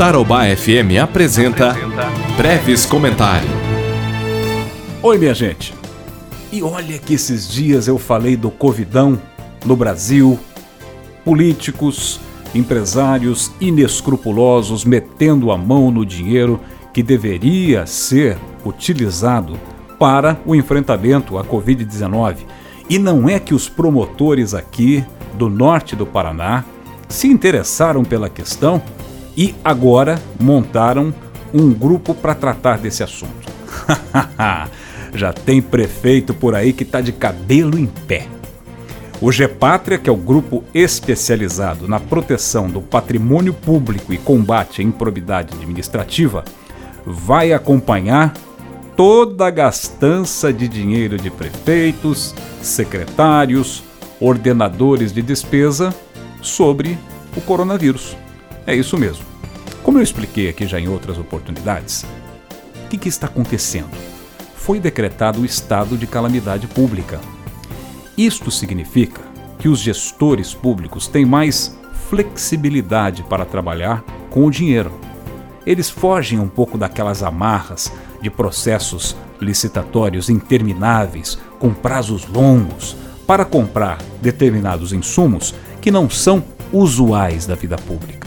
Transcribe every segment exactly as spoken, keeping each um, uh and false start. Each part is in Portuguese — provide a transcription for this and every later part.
Tarobá F M apresenta Breves Comentários. Oi, minha gente. E olha que esses dias eu falei do Covidão no Brasil. Políticos, empresários inescrupulosos metendo a mão no dinheiro que deveria ser utilizado para o enfrentamento à covid dezenove. E não é que os promotores aqui do norte do Paraná se interessaram pela questão e agora montaram um grupo para tratar desse assunto. Já tem prefeito por aí que está de cabelo em pé. O Gepátria, que é o grupo especializado na proteção do patrimônio público e combate à improbidade administrativa, vai acompanhar toda a gastança de dinheiro de prefeitos, secretários, ordenadores de despesa sobre o coronavírus. É isso mesmo. Como eu expliquei aqui já em outras oportunidades, o que, que está acontecendo? Foi decretado o estado de calamidade pública. Isto significa que os gestores públicos têm mais flexibilidade para trabalhar com o dinheiro. Eles fogem um pouco daquelas amarras de processos licitatórios intermináveis, com prazos longos, para comprar determinados insumos que não são usuais da vida pública.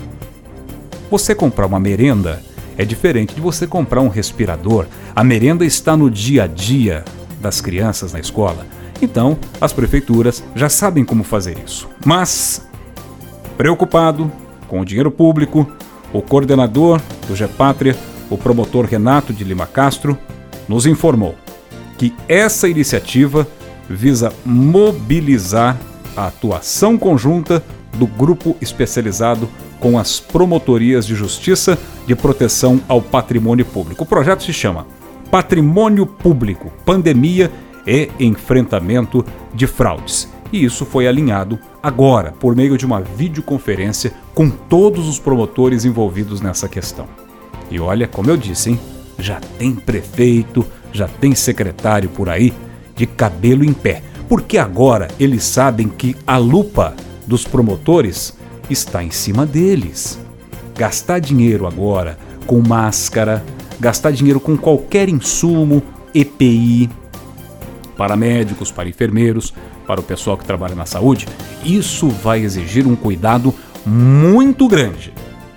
Você comprar uma merenda é diferente de você comprar um respirador. A merenda está no dia a dia das crianças na escola. Então, as prefeituras já sabem como fazer isso. Mas, preocupado com o dinheiro público, o coordenador do Gepátria, o promotor Renato de Lima Castro, nos informou que essa iniciativa visa mobilizar a atuação conjunta do grupo especializado com as promotorias de justiça de proteção ao patrimônio público. O projeto se chama Patrimônio Público, Pandemia e Enfrentamento de Fraudes. E isso foi alinhado agora por meio de uma videoconferência com todos os promotores envolvidos nessa questão. E olha, como eu disse, hein? Já tem prefeito, já tem secretário por aí de cabelo em pé. Porque agora eles sabem que a lupa dos promotores está em cima deles. Gastar dinheiro agora com máscara, gastar dinheiro com qualquer insumo, E P I, para médicos, para enfermeiros, para o pessoal que trabalha na saúde, isso vai exigir um cuidado muito grande.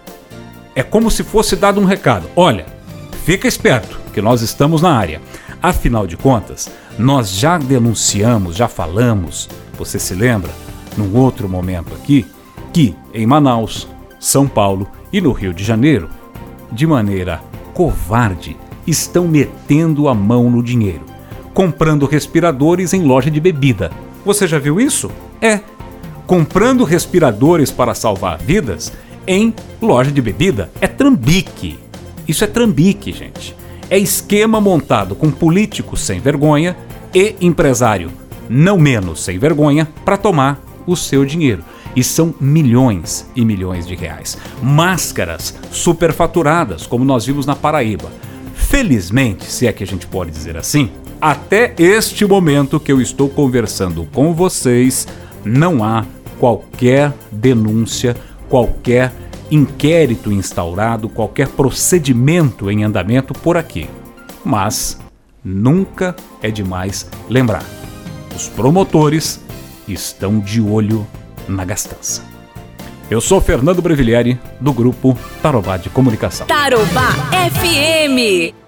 É como se fosse dado um recado. Olha, fica esperto, que nós estamos na área. Afinal de contas, nós já denunciamos, já falamos, você se lembra, num outro momento aqui, que em Manaus, São Paulo e no Rio de Janeiro, de maneira covarde, estão metendo a mão no dinheiro, comprando respiradores em loja de bebida. Você já viu isso? É, comprando respiradores para salvar vidas em loja de bebida. É trambique. Isso é trambique, gente. É esquema montado com políticos sem vergonha e empresário não menos sem vergonha para tomar o seu dinheiro. E são milhões e milhões de reais. Máscaras superfaturadas, como nós vimos na Paraíba. Felizmente, se é que a gente pode dizer assim, até este momento que eu estou conversando com vocês, não há qualquer denúncia, qualquer inquérito instaurado, qualquer procedimento em andamento por aqui. Mas nunca é demais lembrar: os promotores estão de olho na gastança. Eu sou Fernando Brevilieri, do grupo Tarobá de Comunicação. Tarobá F M.